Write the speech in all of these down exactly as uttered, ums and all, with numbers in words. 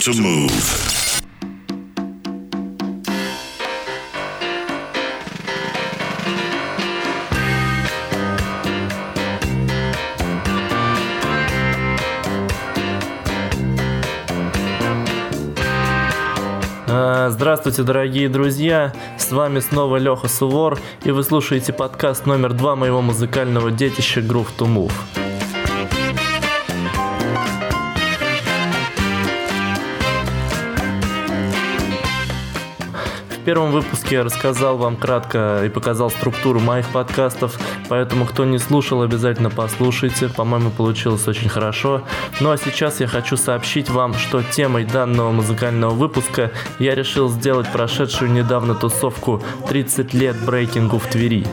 to Move. Здравствуйте, дорогие друзья, с вами снова Леха Сувор, и вы слушаете подкаст номер два моего музыкального детища Groove to Move. В первом выпуске я рассказал вам кратко и показал структуру моих подкастов, поэтому кто не слушал, обязательно послушайте, по-моему, получилось очень хорошо. Ну а сейчас я хочу сообщить вам, что темой данного музыкального выпуска я решил сделать прошедшую недавно тусовку тридцать лет брейкингу в Твери.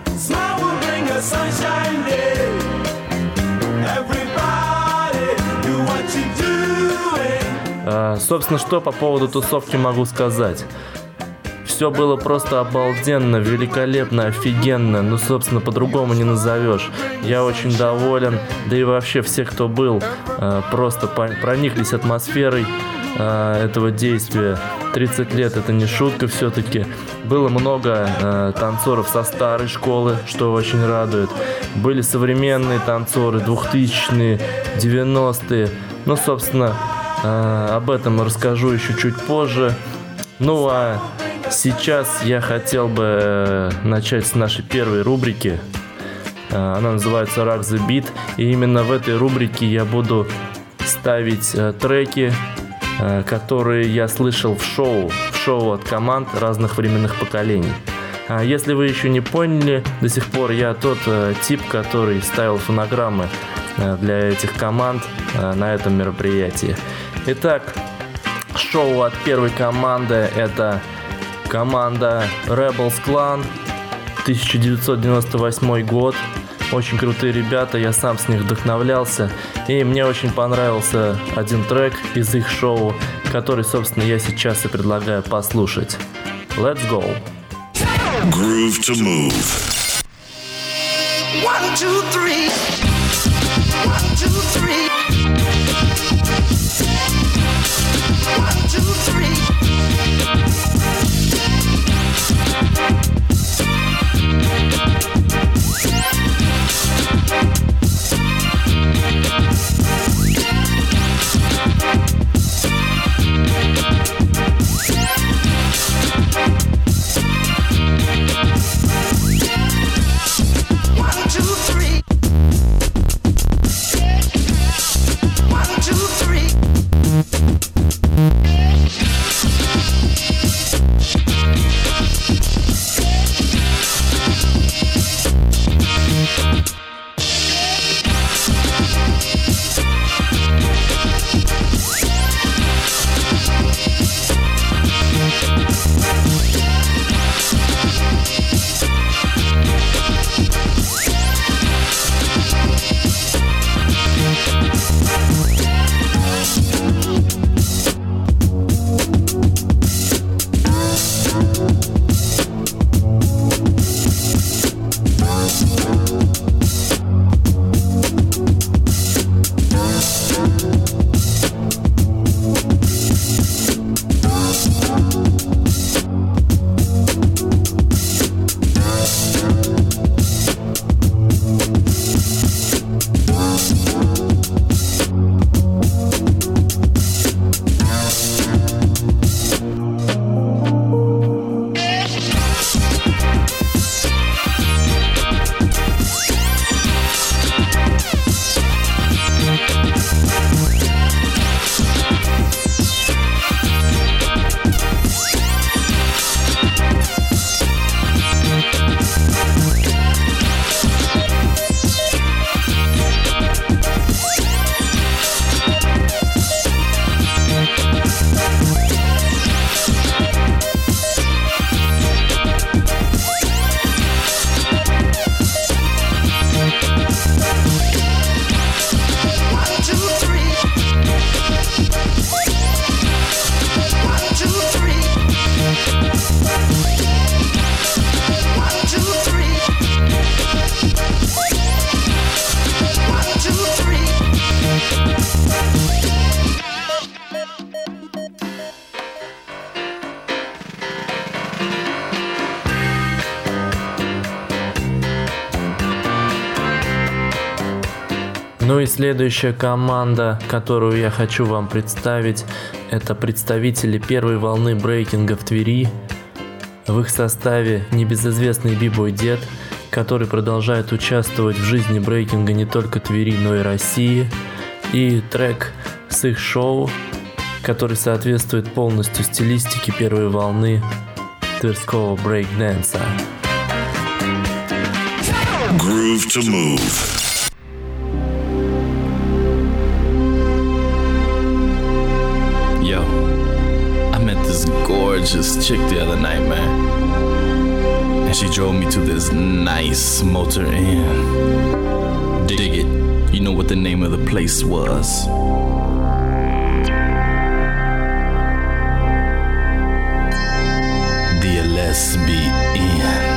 А, собственно, что по поводу тусовки могу сказать? Все было просто обалденно, великолепно, офигенно, ну, собственно, по-другому не назовешь. Я очень доволен, да и вообще все, кто был, просто прониклись атмосферой этого действия. тридцать лет — это не шутка все-таки. Было много танцоров со старой школы, что очень радует. Были современные танцоры, двухтысячные, девяностые. Ну, собственно, об этом расскажу еще чуть позже. Ну, а сейчас я хотел бы начать с нашей первой рубрики. Она называется Rock the Beat. И именно в этой рубрике я буду ставить треки, которые я слышал в шоу, в шоу от команд разных временных поколений. Если вы еще не поняли, до сих пор я тот тип, который ставил фонограммы для этих команд на этом мероприятии. Итак, шоу от первой команды — это команда Rebels Clan, тысяча девятьсот девяносто восьмой год. Очень крутые ребята, я сам с них вдохновлялся. И мне очень понравился один трек из их шоу, который, собственно, я сейчас и предлагаю послушать. Let's go! Groove to Move. One, two, three. One, two, three. One, two, three. One, two, three. Ну и следующая команда, которую я хочу вам представить, это представители первой волны брейкинга в Твери. В их составе небезызвестный бибой Дед, который продолжает участвовать в жизни брейкинга не только Твери, но и России. И трек с их шоу, который соответствует полностью стилистике первой волны тверского брейкдэнса. Groove to move. Yo, I met this gorgeous chick the other night, man. And she drove me to this nice motor inn. Dig it. You know what the name of the place was? The Lesbian.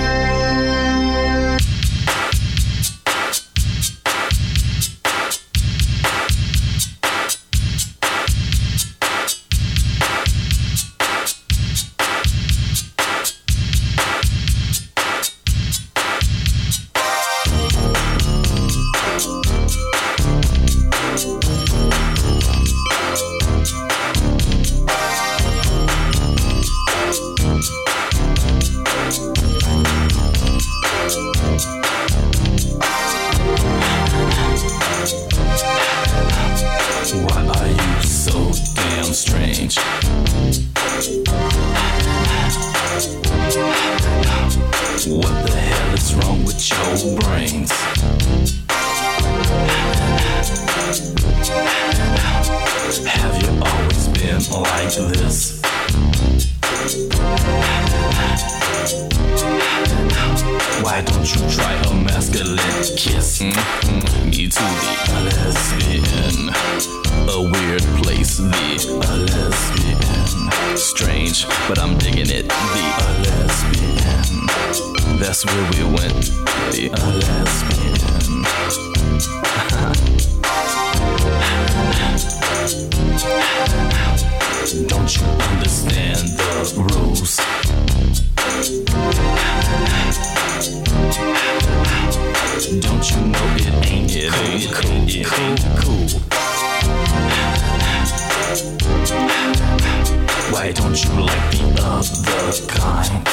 What the hell is wrong with your brains? Have you always been like this? Why don't you try a masculine kiss? Mm-hmm. Me too, the lesbian. A weird place, the lesbian. Strange, but I'm digging it, the lesbian. That's where we went, the lesbian. Don't you understand the rules? Don't you know it ain't it ain't cool, it ain't cool. Why don't you like the other kind?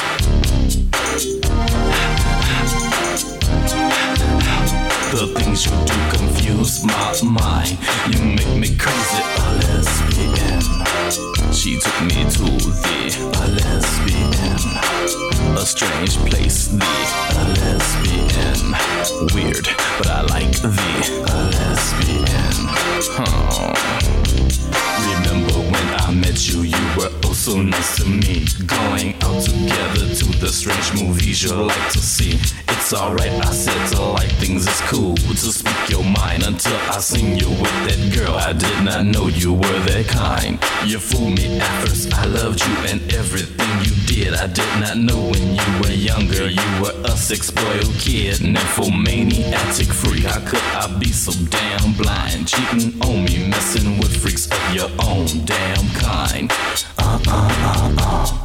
The things you do confuse my mind. You make me crazy, a lesbian. She took me to the a lesbian. A strange place, the a lesbian. Weird, but I like the a lesbian. Oh. Remember when I met you, you were oh so nice to me. Going out together to the strange movies you like to see. It's alright, I said to like things is cool. To speak your mind until I seen you with that girl. I did not know you were that kind. You fooled me at first, I loved you and everything you did. I did not know when you were younger, you were a sex-spoiled kid. Nymphomaniac freak, how could I be so damn blind? Cheating on me, messing with freaks of your own damn kind. Uh, uh, uh, uh.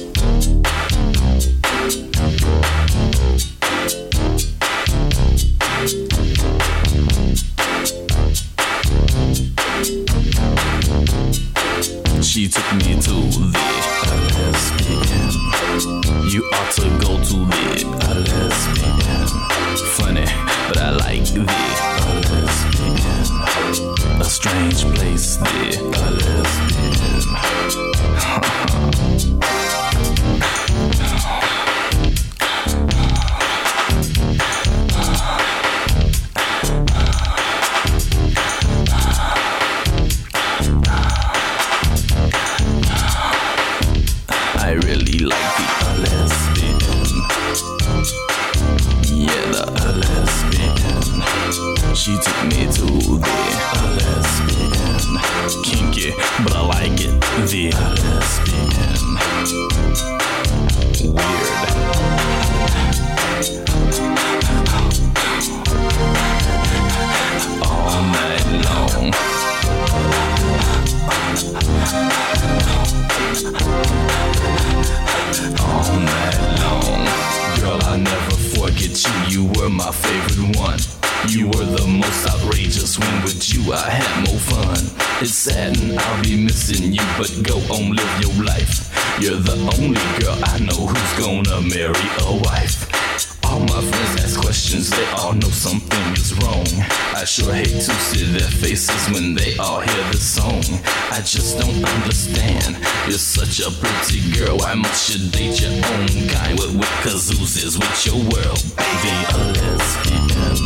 She took me to the lesbian. You ought to go to the lesbian. Funny, but I like the lesbian. A strange place, the lesbian. I really like the lesbian. Yeah, the lesbian. She took me to the lesbian. Kinky, but I like it. The lesbian. Weird. All night long. All night long. Girl, I'll never forget you. You were my favorite one. You were the most outrageous. When with you I had more fun. It's sad and I'll be missing you, but go on, live your life. You're the only girl I know who's gonna marry a wife. All my friends ask questions, they all know something is wrong. I sure hate to see their faces when they all hear this song. I just don't understand. You're such a pretty girl, why must you date your own kind? What with kazoos with your world, baby? A lesbian,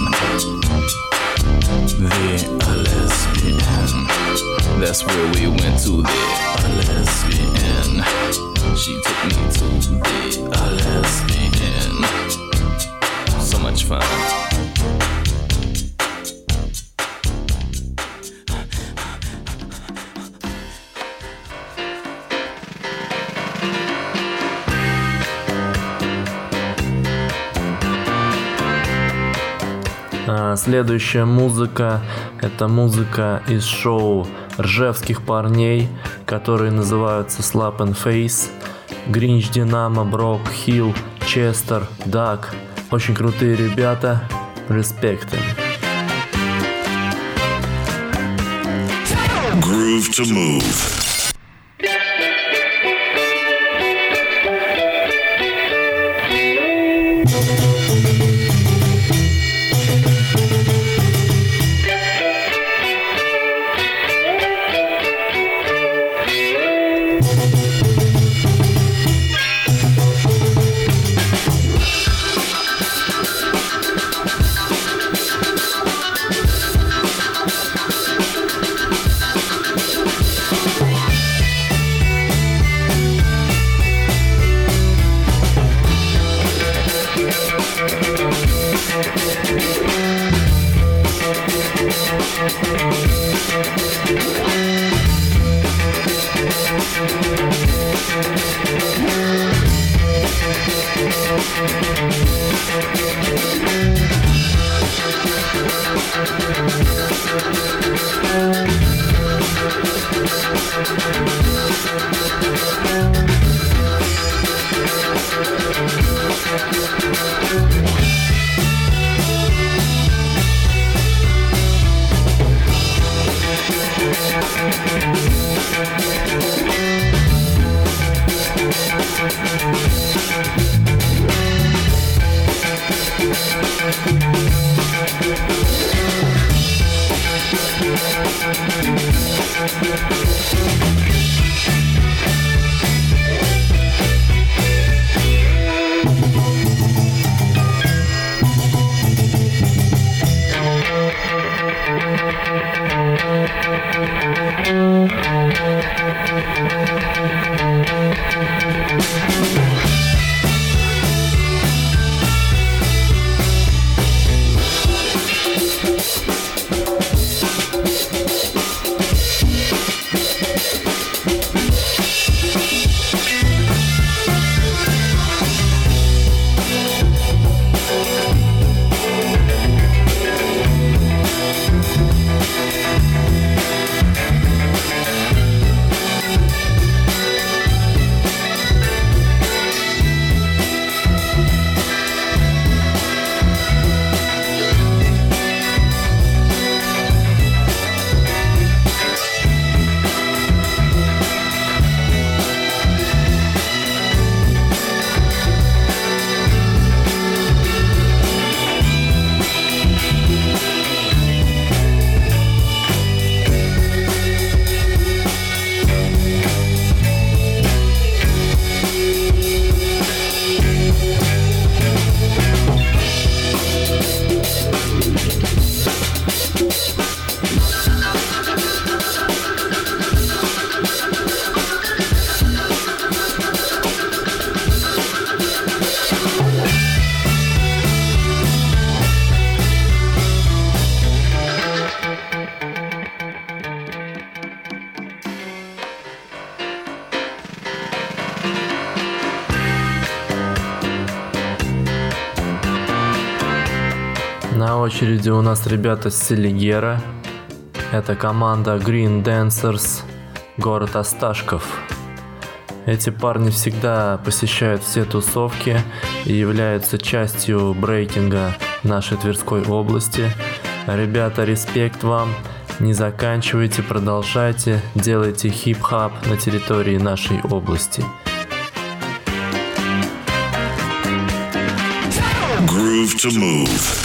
the a lesbian. That's where we went to, the a lesbian. She took me to the a lesbian. So much fun. Следующая музыка — это музыка из шоу ржевских парней, которые называются Slap and Face. Гринч, Динамо, Брок, Хилл, Честер, Дак. Очень крутые ребята. Респект им. Groove to move. На очереди у нас ребята с Селигера. Это команда Green Dancers, город Осташков. Эти парни всегда посещают все тусовки и являются частью брейкинга нашей Тверской области. Ребята, респект вам. Не заканчивайте, продолжайте, делайте хип-хап на территории нашей области. Groove to move.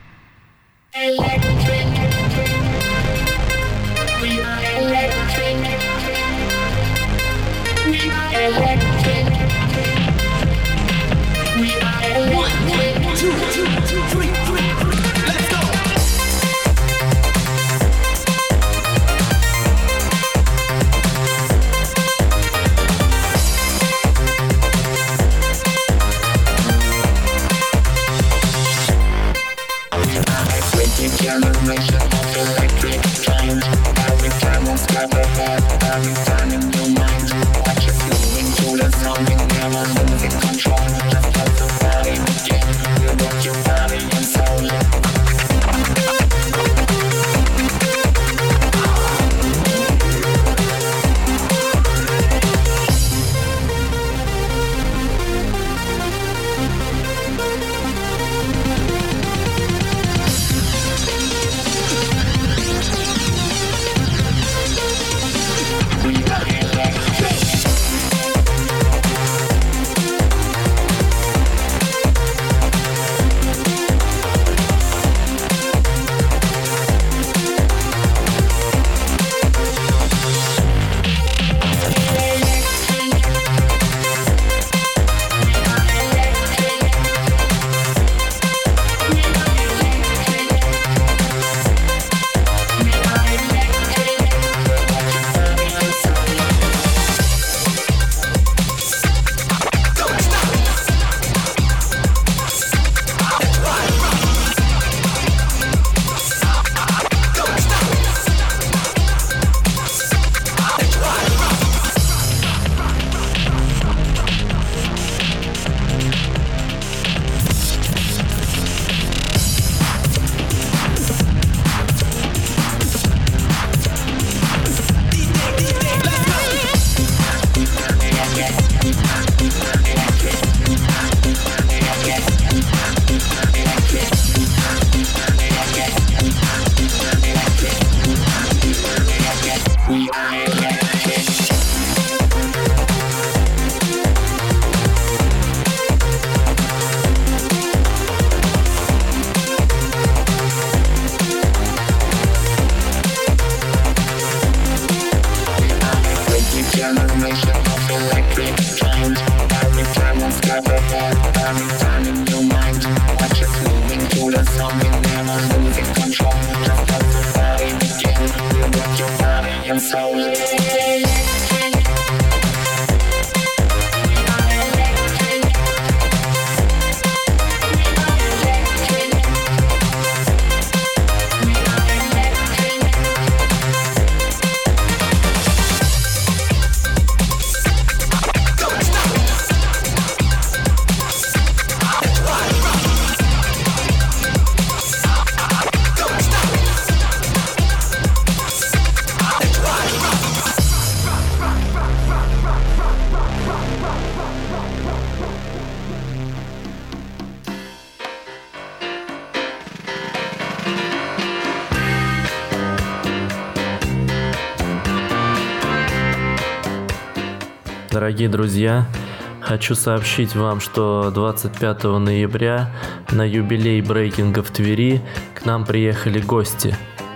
Дорогие друзья, хочу сообщить вам, что двадцать пятого ноября на юбилей брейкинга в Твери к нам приехали гости,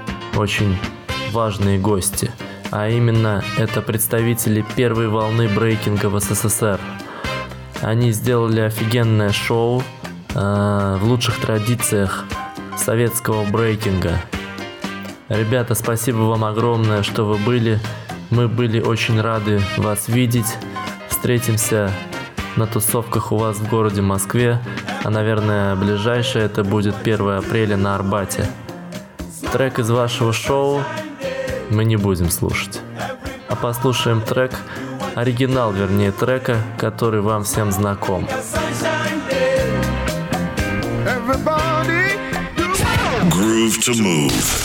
очень важные гости, а именно это представители первой волны брейкинга в СССР. Они сделали офигенное шоу э, в лучших традициях советского брейкинга. Ребята, спасибо вам огромное, что вы были. Мы были очень рады вас видеть. Встретимся на тусовках у вас в городе Москве. А, наверное, ближайшее это будет первого апреля на Арбате. Трек из вашего шоу мы не будем слушать. А послушаем трек, оригинал, вернее, трека, который вам всем знаком. Groove to move.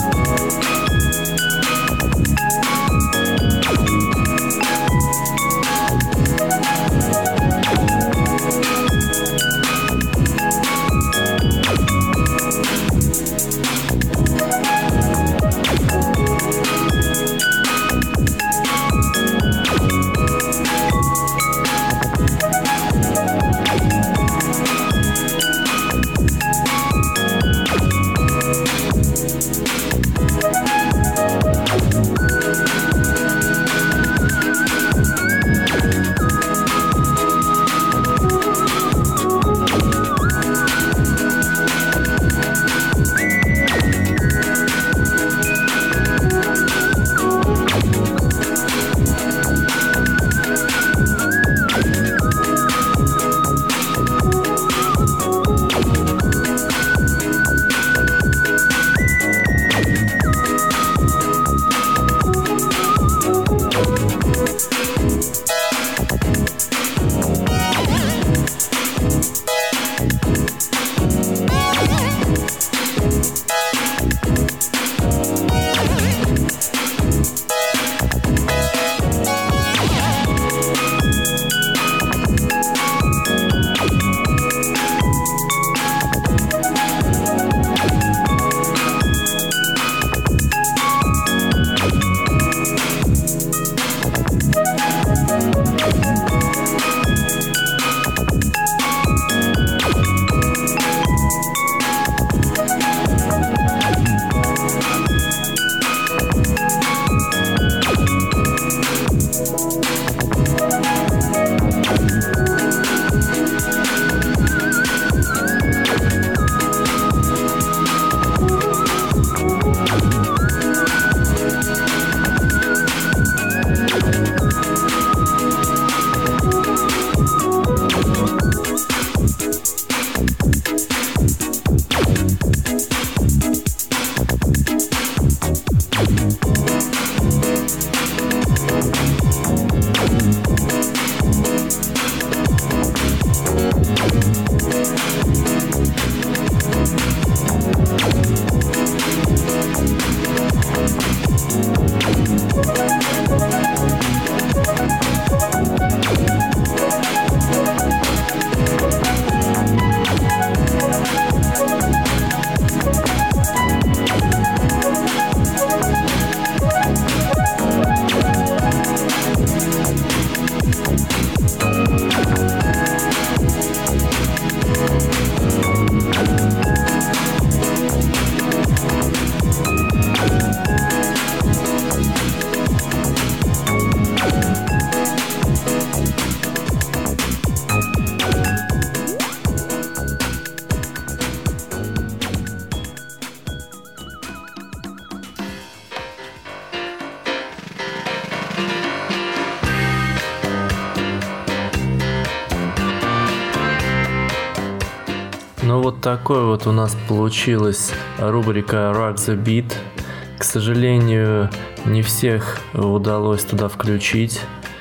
Ну вот такой вот у нас получилась рубрика Rock the Beat. К сожалению, не всех удалось туда включить,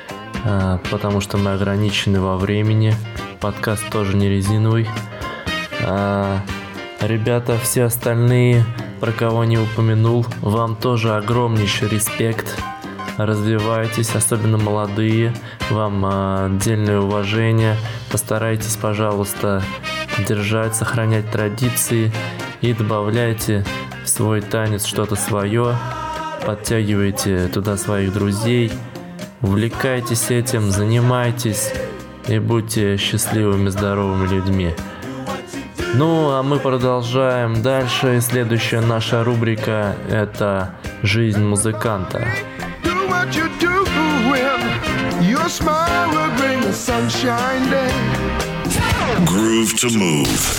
потому что мы ограничены во времени. Подкаст тоже не резиновый. Ребята, все остальные, про кого не упомянул, вам тоже огромнейший респект. Развивайтесь, особенно молодые. Вам отдельное уважение. Постарайтесь, пожалуйста, держать, сохранять традиции и добавляйте в свой танец что-то свое. Подтягивайте туда своих друзей. Увлекайтесь этим, занимайтесь и будьте счастливыми, здоровыми людьми. Ну, а мы продолжаем дальше. И следующая наша рубрика — это «Жизнь музыканта». Groove to move.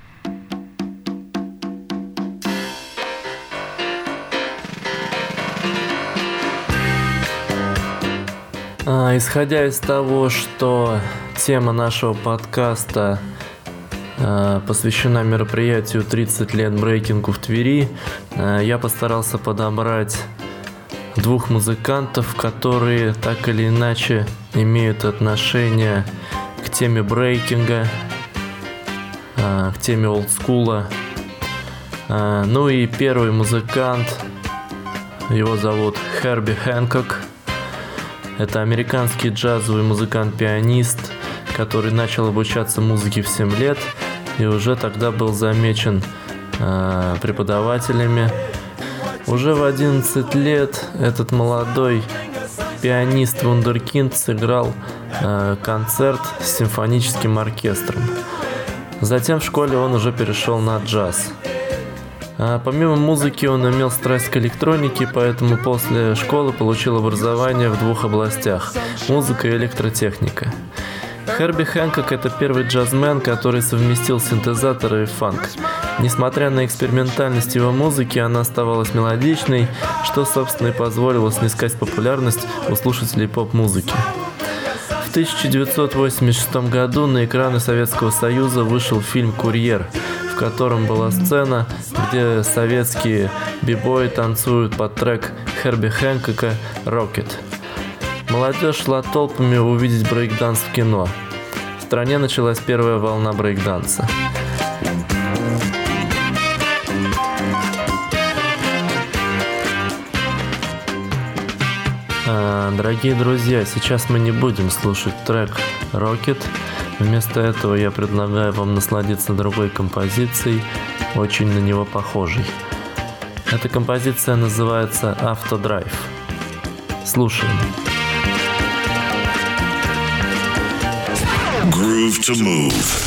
А, исходя из того, что тема нашего подкаста а, посвящена мероприятию тридцать лет брейкингу в Твери, а, я постарался подобрать двух музыкантов, которые так или иначе имеют отношение к теме брейкинга, к теме олдскула. Ну и первый музыкант, его зовут Херби Хэнкок. Это американский джазовый музыкант-пианист, который начал обучаться музыке в семь лет и уже тогда был замечен э, преподавателями. Уже в одиннадцать лет этот молодой пианист-вундеркинд сыграл э, концерт с симфоническим оркестром. Затем в школе он уже перешел на джаз. А помимо музыки он имел страсть к электронике, поэтому после школы получил образование в двух областях – музыка и электротехника. Херби Хэнкок – это первый джазмен, который совместил синтезаторы и фанк. Несмотря на экспериментальность его музыки, она оставалась мелодичной, что, собственно, и позволило снискать популярность у слушателей поп-музыки. В тысяча девятьсот восемьдесят шестом году на экраны Советского Союза вышел фильм «Курьер», в котором была сцена, где советские бибои танцуют под трек Херби Хэнкока «Rocket». Молодежь шла толпами увидеть брейк-данс в кино. В стране началась первая волна брейк-данса. А, дорогие друзья, сейчас мы не будем слушать трек «Rocket». Вместо этого я предлагаю вам насладиться другой композицией, очень на него похожей. Эта композиция называется «Автодрайв». Слушаем. Groove to move.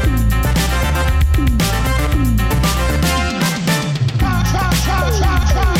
Try, try, try, try.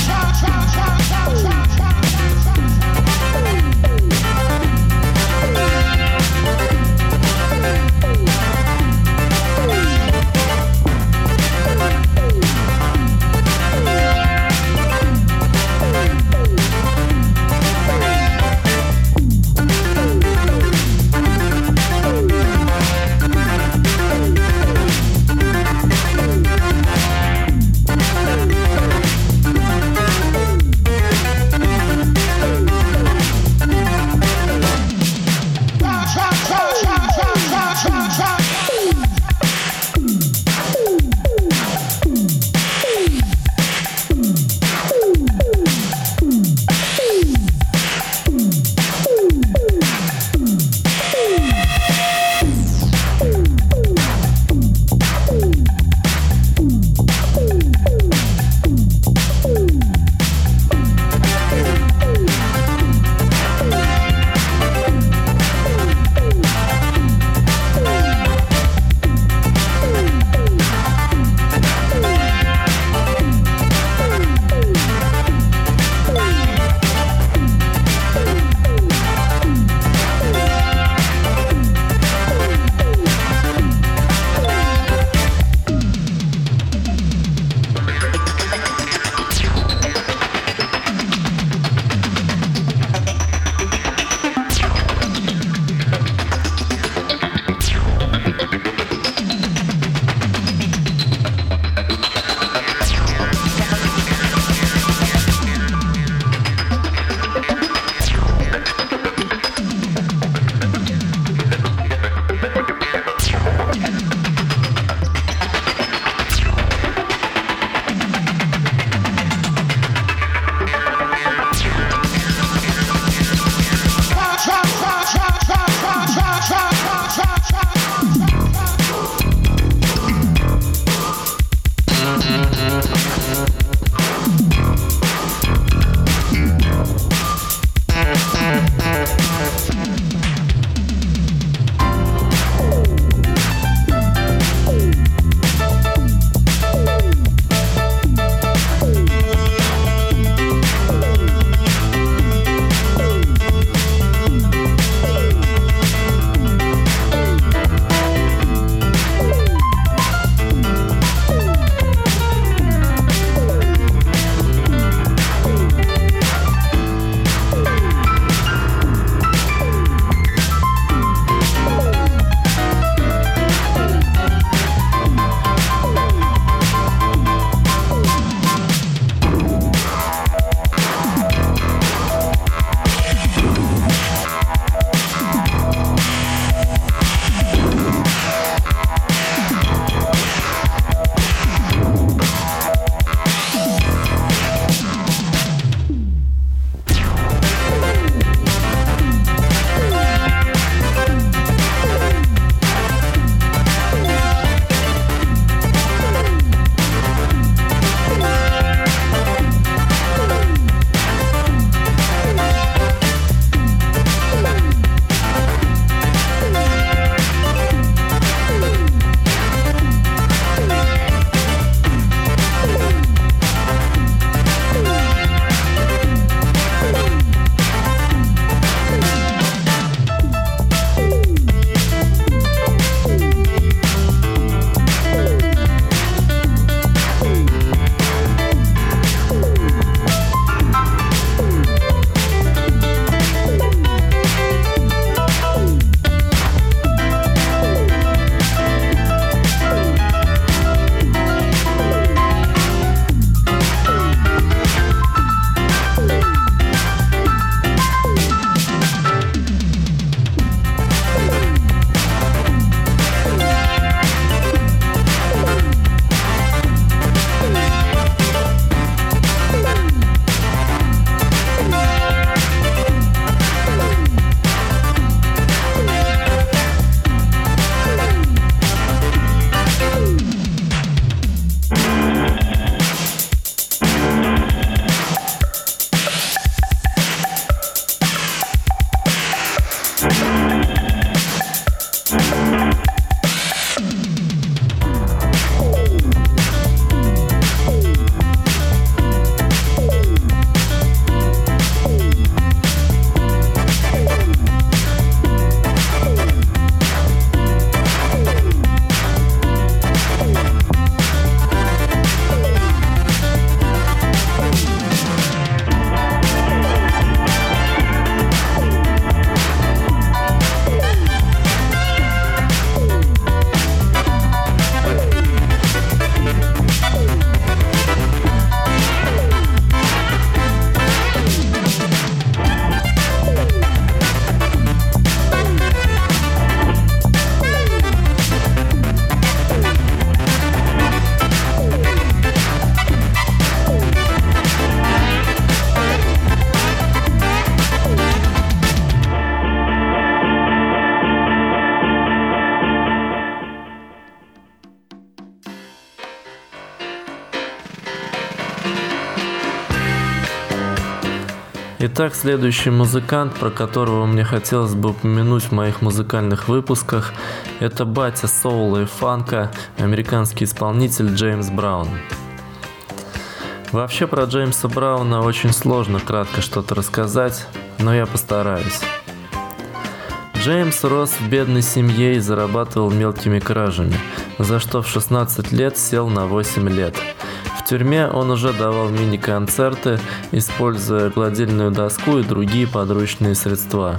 Итак, следующий музыкант, про которого мне хотелось бы упомянуть в моих музыкальных выпусках, это батя соула и фанка, американский исполнитель Джеймс Браун. Вообще про Джеймса Брауна очень сложно кратко что-то рассказать, но я постараюсь. Джеймс рос в бедной семье и зарабатывал мелкими кражами, за что в шестнадцать лет сел на восемь лет. В тюрьме он уже давал мини-концерты, используя гладильную доску и другие подручные средства.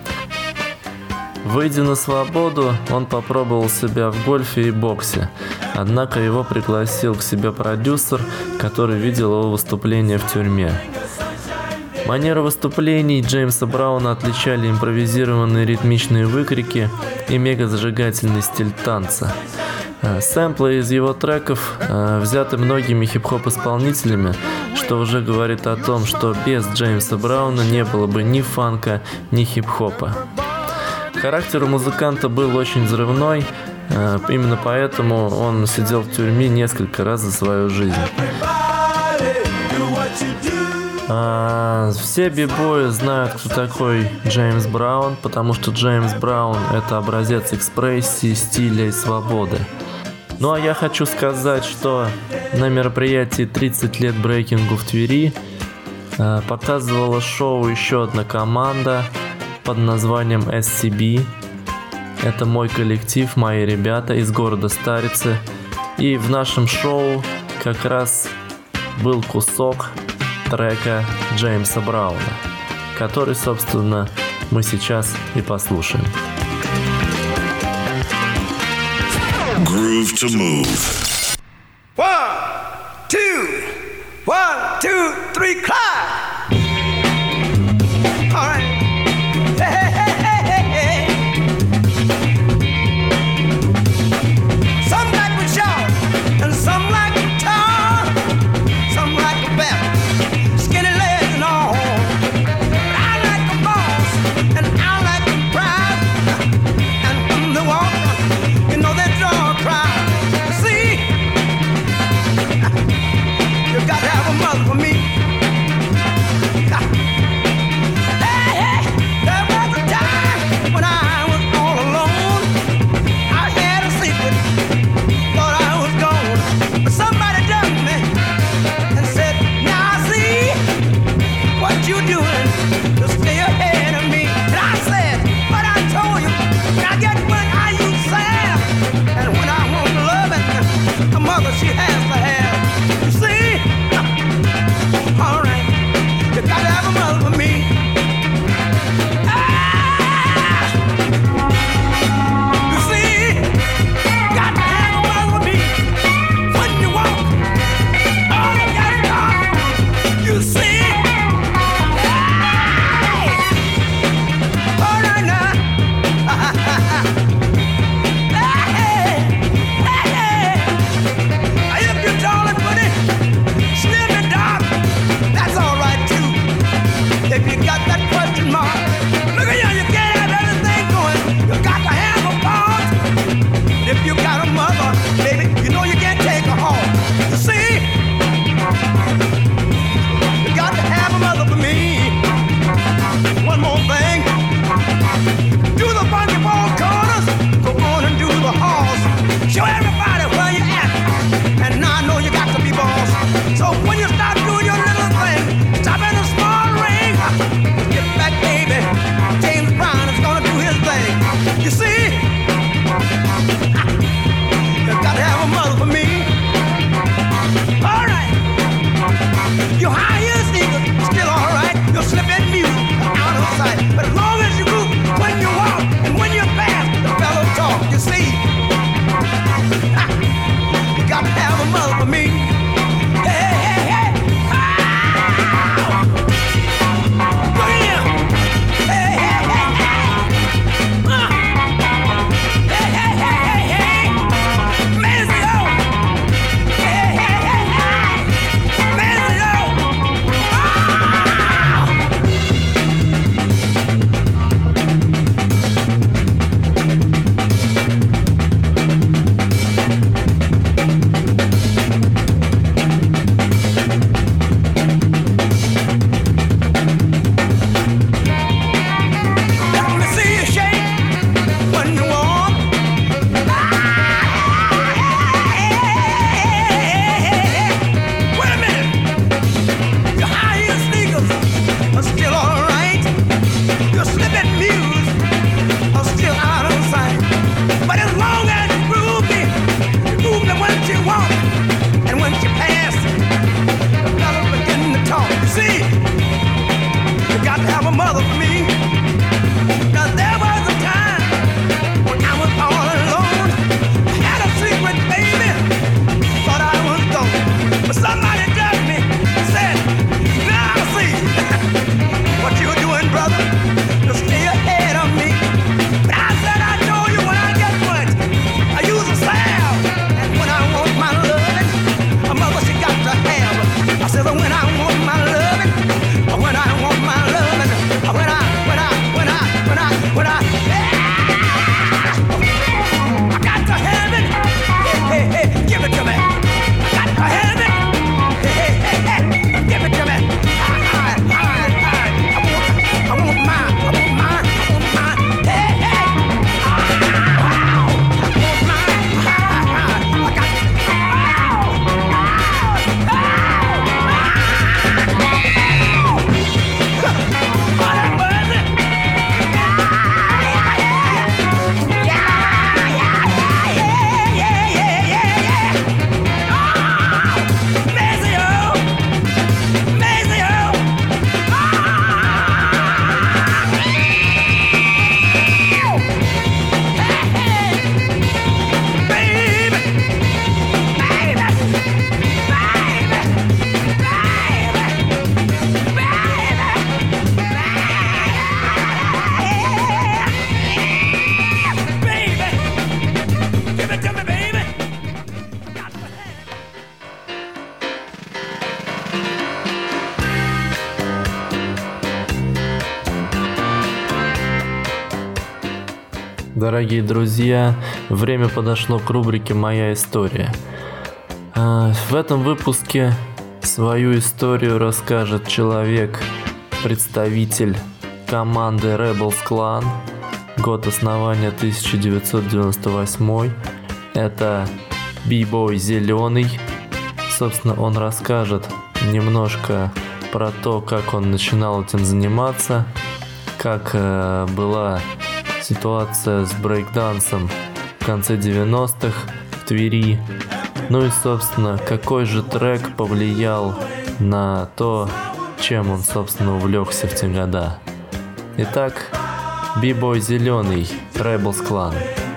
Выйдя на свободу, он попробовал себя в гольфе и боксе, однако его пригласил к себе продюсер, который видел его выступление в тюрьме. Манеру выступлений Джеймса Брауна отличали импровизированные ритмичные выкрики и мега-зажигательный стиль танца. Сэмплы из его треков э, взяты многими хип-хоп исполнителями, что уже говорит о том, что без Джеймса Брауна не было бы ни фанка, ни хип-хопа. Характер у музыканта был очень взрывной, э, именно поэтому он сидел в тюрьме несколько раз за свою жизнь. А, все бибои знают, кто такой Джеймс Браун, потому что Джеймс Браун – это образец экспрессии, стиля и свободы. Ну а я хочу сказать, что на мероприятии тридцать лет брейкингу в Твери а, показывала шоу еще одна команда под названием эс си би. Это мой коллектив, мои ребята из города Старицы. И в нашем шоу как раз был кусок трека Джеймса Брауна, который, собственно, мы сейчас и послушаем. Groove to move. One, two, one, two, three, clap. All right. Hey, hey, hey, hey, hey. Some like to shout, and some like to talk, some like to belt, skinny legs and all. But I like the boss, and I like the pride, and from the walk, you know they draw a crowd. See, you got to have a mother for me. Hey, hey, there was a time when I was all alone. I had a secret, thought I was gone, but somebody dug me and said, now I see what you doing to stay ahead of me. And I said, but I told you, I get when I use sad, and when I want love it, a mother she has to have. You see, all right, you got to have a mother for me. Ah! You see, got to have a mother for me. When you walk, all you got to talk. You see, hey! All right now. Hey, hey, hey. If you're tall and pretty, slim and dark, that's all right too. If you got that question mark, look at you, you can't have everything going. You got to have a part. If you got a mother, baby, you know you can't take her home. You see, you got to have a mother for me. One more thing, do the funky ball corners, go on and do the halls. Show everybody where you at, and now I know you got to be boss. So when you start doing your little thing, stop in a small ring. Get back, baby. James Brown is gonna do his thing. You see, you got to have a mother for me. All right, your high heel sneakers still all right. Your slip and mute out of sight, but as long as you move when you walk and when you pass, the fellow talk. You see, you got to have a mother for me. Hey, hey, hey. Ow! Look at him. Hey, hey, hey, hey. Uh. Hey, hey, hey, hey, hey. Дорогие друзья, время подошло к рубрике «Моя история». В этом выпуске свою историю расскажет человек, представитель команды Rebels Clan, год основания тысяча девятьсот девяносто восьмой. Это B-Boy Зеленый. Собственно, он расскажет немножко про то, как он начинал этим заниматься, как э, была ситуация с брейкдансом в конце девяностых в Твери. Ну и, собственно, какой же трек повлиял на то, чем он, собственно, увлекся в те года. Итак, B-Boy Зеленый, Rebels Clan.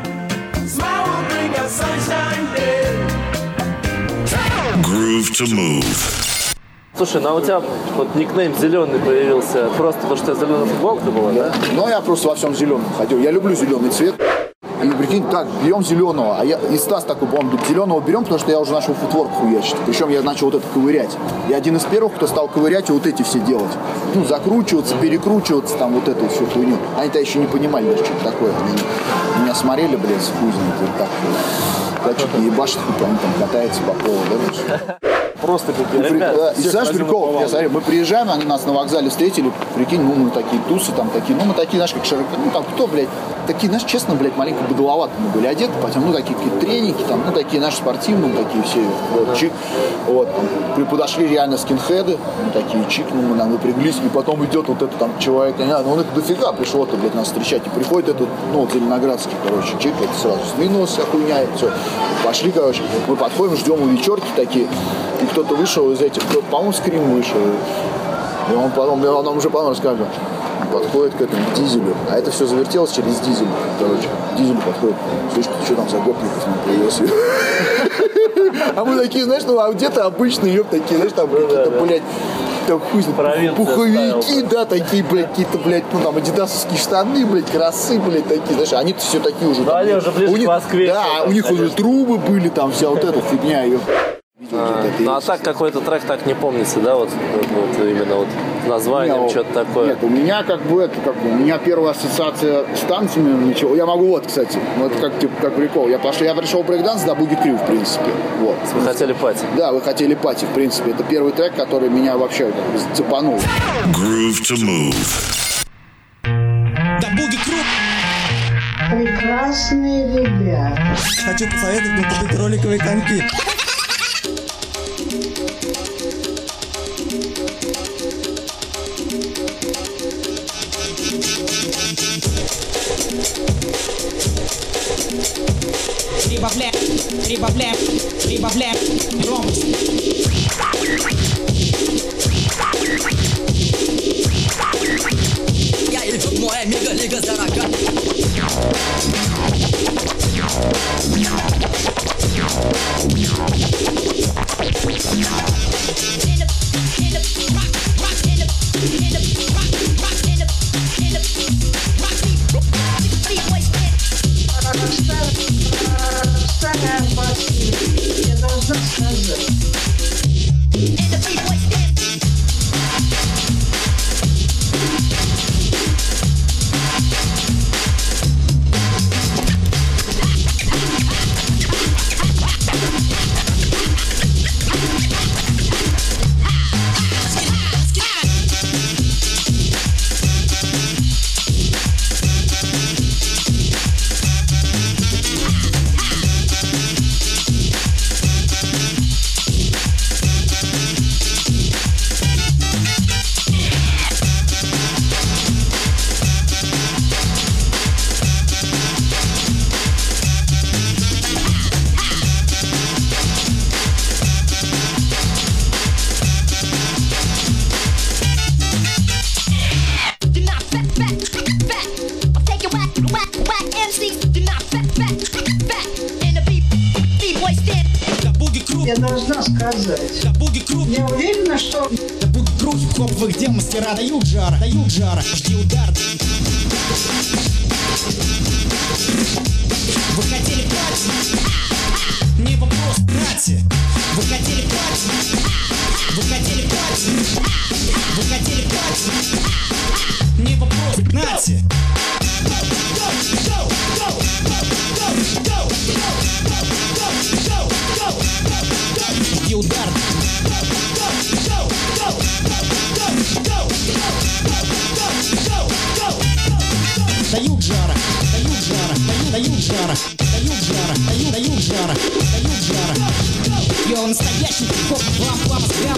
Groove to move. Слушай, ну а у тебя вот никнейм Зеленый появился просто потому, что у тебя зеленая футболка была, да? Ну, я просто во всем зеленом ходил. Я люблю зеленый цвет. И прикинь, так, берем зеленого. А я, и Стас такой, по-моему, зеленого берем, потому что я уже начал футворк хуячить. Причем я начал вот это ковырять. Я один из первых, кто стал ковырять и вот эти все делать. Ну, закручиваться, перекручиваться, там вот эту всю хуйню. Они-то еще не понимали даже, что это такое. Они меня смотрели, блядь, с хуйзами, вот так. Так что-то ебашит, они там катаются по полу, да? Просто какие-то. При... Да. И знаешь, прикол, я, смотри, мы приезжаем, они нас на вокзале встретили, прикинь, ну мы такие тусы, там такие, ну мы такие, знаешь, как широко, ну там кто, блядь, такие, знаешь, честно, блядь, маленько быдловато мы были одеты, потом, ну такие какие-то треники, там, ну такие наши спортивные, такие все, вот, чик, вот, там, подошли реально скинхеды, ну такие, чик, ну мы нам напряглись, и потом идет вот этот там человек, не знаю, ну он их дофига пришел-то, блядь, нас встречать, и приходит этот, ну вот Зеленоградский, короче, чик, это сразу сдвинулся, вся хуйня, и все, пошли, короче, мы подходим, ждем у вечерки такие, и кто-то вышел из этих, кто, по-моему, Скрим вышел. И он потом, он нам уже потом рассказывал, подходит к этому, к Дизелю. А это все завертелось через Дизель. Короче, к Дизелю подходит. Слышь, ты что там за гопников нам привез? А мы такие, знаешь, ну а где-то обычные, ёб, такие, знаешь, там какие-то, блядь, там хуй знает, пуховики, да, такие, блядь, какие-то, блядь, ну там адидасовские штаны, блядь, красы, блядь, такие, знаешь, они-то все такие уже. Ну они уже ближе к Москве. Да, у них уже трубы были, там вся вот эта фигня, ёб. А, ну а так какой-то трек так не помнится, да, вот, вот, вот именно вот названием, что-то такое. Нет, у меня как бы это, как бы, у меня первая ассоциация с танцами начала. Я могу вот, кстати, вот как типа как прикол. Я пошел, я пришел в брейкданс до Буги Крю, в принципе. Вот. Вы хотели пати? Да, вы хотели пати, в принципе. Это первый трек, который меня вообще как бы цепанул. Groove to move. До Буги Крю. Прекрасные ребята. Хочу посоветовать мне купить роликовые коньки. Прибавляем, прибавляем, прибавляем громкость. Я иду, моя мега-лига зарака. Я должна сказать. Я должна сказать. Я уверена, что... Буги-кру, хип-хоп, вы где мастера? Дают жара, дают жара, жди удар. Вы хотели пать? Не вопрос, нате. Вы хотели пать? Вы хотели пать? Вы хотели пать? Не вопрос, нате. Go, go, go, go. жара, дают жара, дают, дают жара, дают жара. Йо, настоящий хип-хоп, бам-бам, взгляд.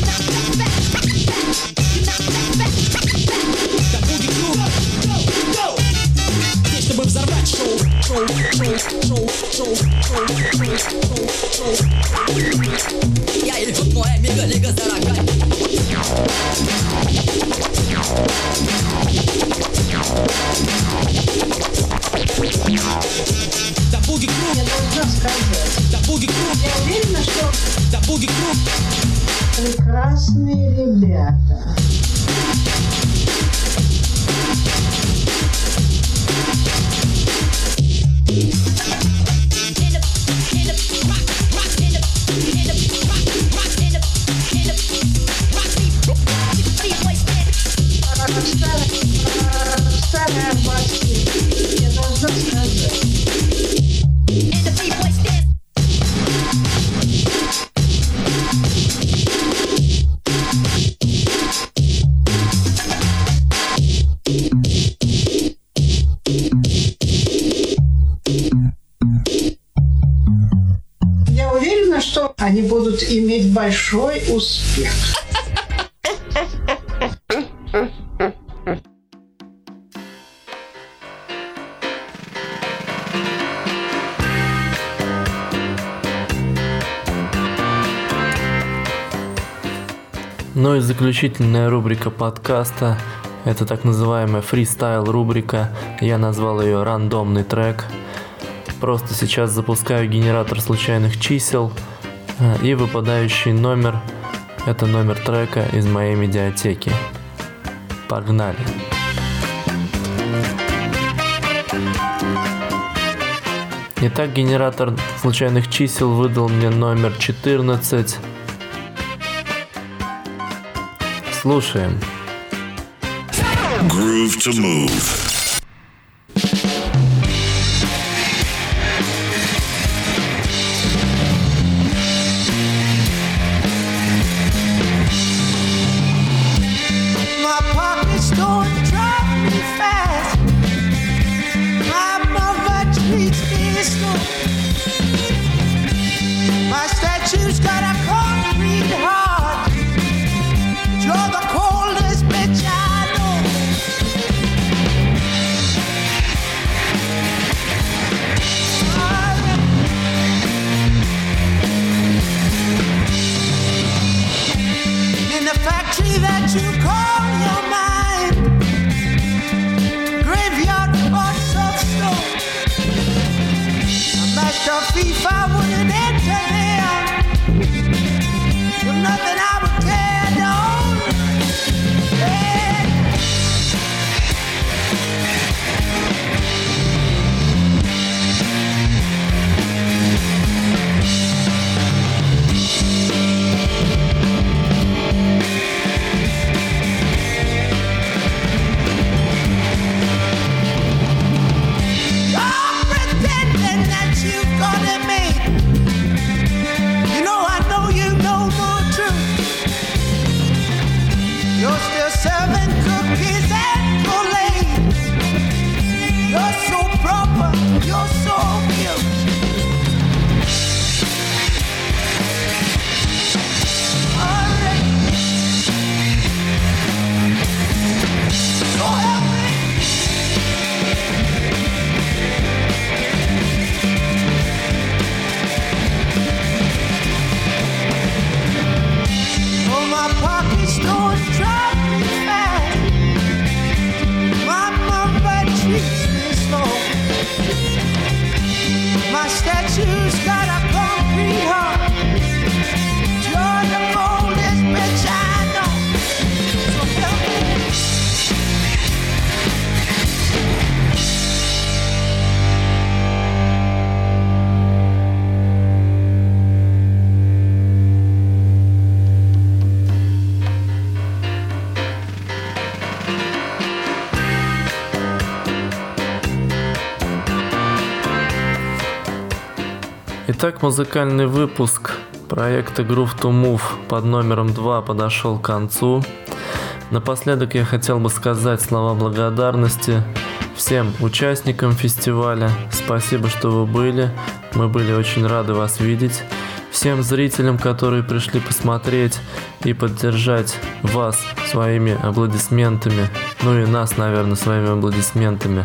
Да будет круто. Здесь, чтобы взорвать шоу, шоу, шоу, шоу, шоу, шоу, шоу, шоу. Я и тут моя мега-лига за рогами. Да буги круг, Я должна сказать. да буги круг, Я уверена, что да буги круг. прекрасные ребята. Как старая, как старая басня, я должна сказать. Я уверена, что они будут иметь большой успех. Ну и заключительная рубрика подкаста – это так называемая фристайл-рубрика. Я назвал ее «Рандомный трек». Просто сейчас запускаю генератор случайных чисел, и выпадающий номер – это номер трека из моей медиатеки. Погнали! Итак, генератор случайных чисел выдал мне номер четырнадцать. Слушаем. Groove to move. My pockets don't drop me fast. My mother treats me slow. My statue's got a concrete heart. You're the coldest bitch I know. In the factory that you call your mind, graveyard pots of stone. A master thief, I wouldn't enter there. With nothing I would care to own. Hey. You're pretending that you got it made. You know I know you know no truth. You're still serving cookies and Kool-Aid. You're so proper, you're so cute. Alright. So help me. Oh, my pockets don't drop me fast. My mother treats me slow. My statue's got a concrete heart. You're the coldest bitch I know. So help me. Итак, музыкальный выпуск проекта Groove to Move под номером два подошел к концу. Напоследок я хотел бы сказать слова благодарности всем участникам фестиваля. Спасибо, что вы были. Мы были очень рады вас видеть. Всем зрителям, которые пришли посмотреть и поддержать вас своими аплодисментами. Ну и нас, наверное, своими аплодисментами.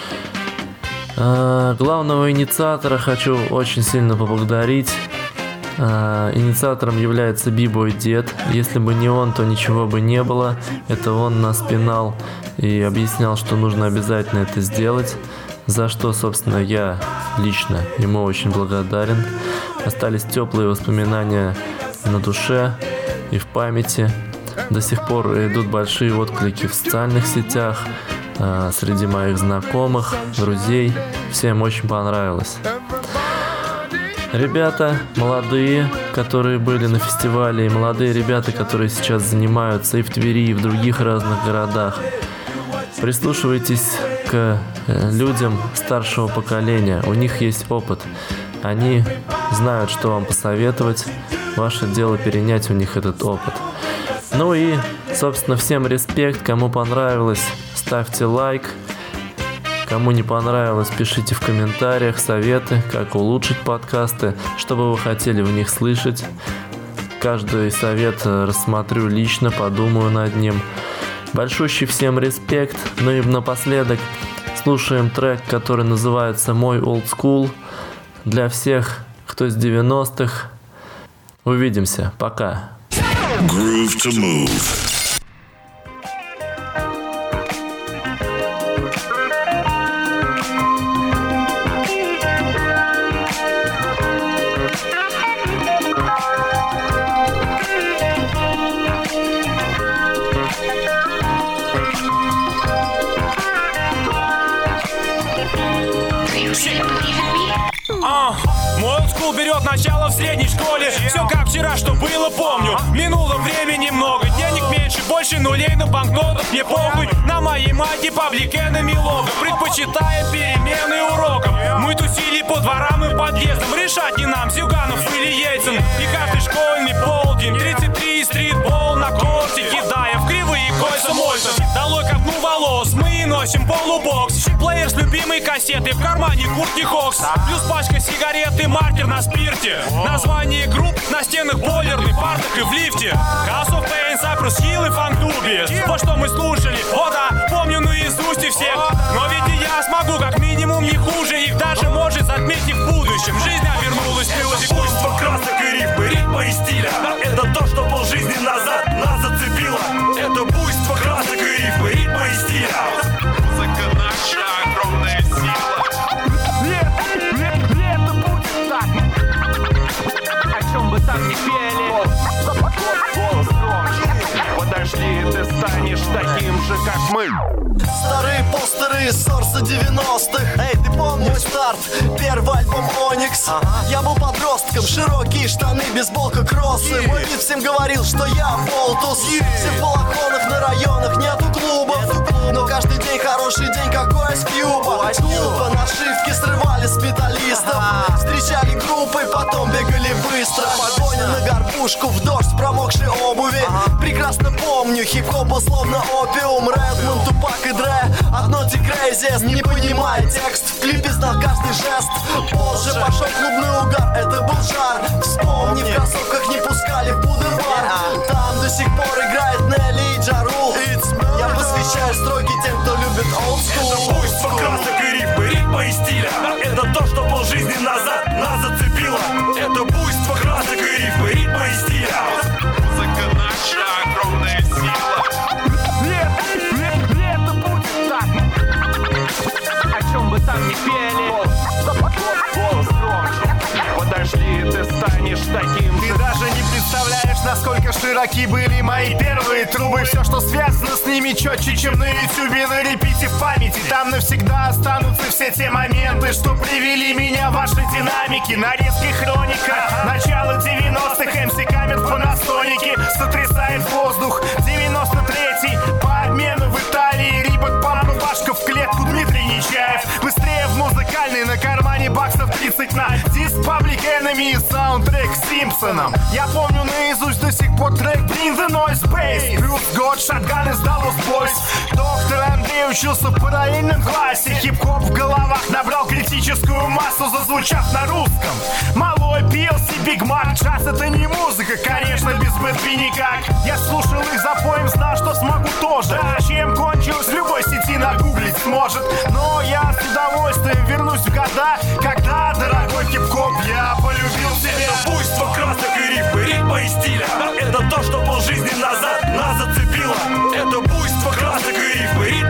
А, главного инициатора хочу очень сильно поблагодарить. А, инициатором является Би-бой Дед. Если бы не он, то ничего бы не было. Это он нас пинал и объяснял, что нужно обязательно это сделать. За что, собственно, я лично ему очень благодарен. Остались теплые воспоминания на душе и в памяти. До сих пор идут большие отклики в социальных сетях, а, среди моих знакомых, друзей. Всем очень понравилось. Ребята молодые, которые были на фестивале, и молодые ребята, которые сейчас занимаются и в Твери, и в других разных городах. Прислушивайтесь к людям старшего поколения. У них есть опыт. Они знают, что вам посоветовать. Ваше дело перенять у них этот опыт. Ну и, собственно, всем респект. Кому понравилось, ставьте лайк. Кому не понравилось, пишите в комментариях советы, как улучшить подкасты, что бы вы хотели в них слышать. Каждый совет рассмотрю лично, подумаю над ним. Большущий всем респект. Ну и напоследок слушаем трек, который называется «Мой Old School». Для всех, кто с девяностых. Увидимся. Пока. Groove to move. А, мой олдскул берет начало в средней школе. Все как вчера, что было, помню. Минуло времени много, денег меньше, больше нулей на банкнотах. Мне похуй, на моей мате паблик энеми лого. Предпочитая перемены урокам. Мы тусили по дворам и подъездам. Решать не нам, Зюганов или Ельцин. И каждый школьный полдень тридцать три стритбол на корте, кидая в кривые кольца мольтов. Долой копну волос, мы носим полубокс. Плеер с любимой кассетой, в кармане куртки Хокс. Плюс пачка сигарет и маркер на спирте. Название групп на стенах бойлерных, партах и в лифте. House of Pain, Cypress Hill и Funk Dubious. Вот что мы слушали, о да, помню наизусть и всех. Но ведь и я смогу как минимум не хуже их, даже может затмить их в будущем. Жизнь обернулась в мелодику. Буйство красок и рифмы, ритма и стиля. Это то, что полжизни назад нас зацепило. Это буйство красок и рифмы, ритма и стиля. Музыка наша огромная сила. Нет, нет, нет, это будет так. О чем бы там ни пели. Голос громче. Подожди, ты станешь таким же, как мы. Старые постеры из сорса девяностых. Эй, ты помнишь мой старт? Первый альбом Оникс. Ага. Я был подростком, широкие штаны, бейсболка, кроссы. Yeah. Мой вид всем говорил, что я болтус. Yeah. Все в балахонах на районах, нету клубов. Нету клубов. Но каждый день хороший день, какой из Кьюба. По нашивке срывали с металлистов. Ага. Встречали группой, потом бегали быстро. Погоня на горбушку, в дождь с промокшей обуви. Ага. Прекрасно помню, хип-хоп был словно опиум. Редмонд, Тупак и Дре. Одно ти craziest, не понимая текст. В клипе знал каждый жест. Позже пошел клубный угар, это был жар. Вспомни, в кроссовках не пускали в Буденбар. Там до сих пор играет Нелли и Джа Рул. Я посвящаю строки тем, кто любит old school. Это буйство красок и рифмы, ритма и стиля. Это то, что полжизни назад нас зацепило. Это буйство красок и рифмы, ритма и стиля. Музыка наша огромная сила. Нет, нет, нет, это будет так. О чем бы там ни пели. Голос громче. Подожди, ты станешь таким же. Ты даже не представляешь, насколько широки были мои первые трубы. Все, что связано с ними, четче, чем на ютубе. На репите в памяти, там навсегда останутся все те моменты, что привели меня в ваши динамики. Нарезки хроника, начало девяностых, эм си Камен по настонике сотрясает воздух. девяносто третий, по обмену в Италии. Рибок, памп, рубашка в клетку, Дмитрий Нечаев. Быстрее в музыкальный, на кармане баксов тридцать на диск Public Enemy и саундтрек к Симпсонам. Я помню наизусть до сих пор трек Bring the Noise Bass, плюс год шотган из Dallas Boys. Доктор Андрей учился в параллельном классе. Хип-хоп в головах набрал критическую массу, зазвучав на русском. Малой, пи эл си, Big Mac, джаз — это не музыка, конечно, без бэтби никак. Я слушал их за поем, знал, что смогу тоже. Чем кончилось, в любой сети нагуглить сможет. Но я с удовольствием вернусь в года, когда, дорогой хип-хоп, я полюбил тебя. Это буйство красок и рифмы, ритма и стиля. Это то, что полжизни назад нас зацепило. Это буйство красок и рифмы, ритма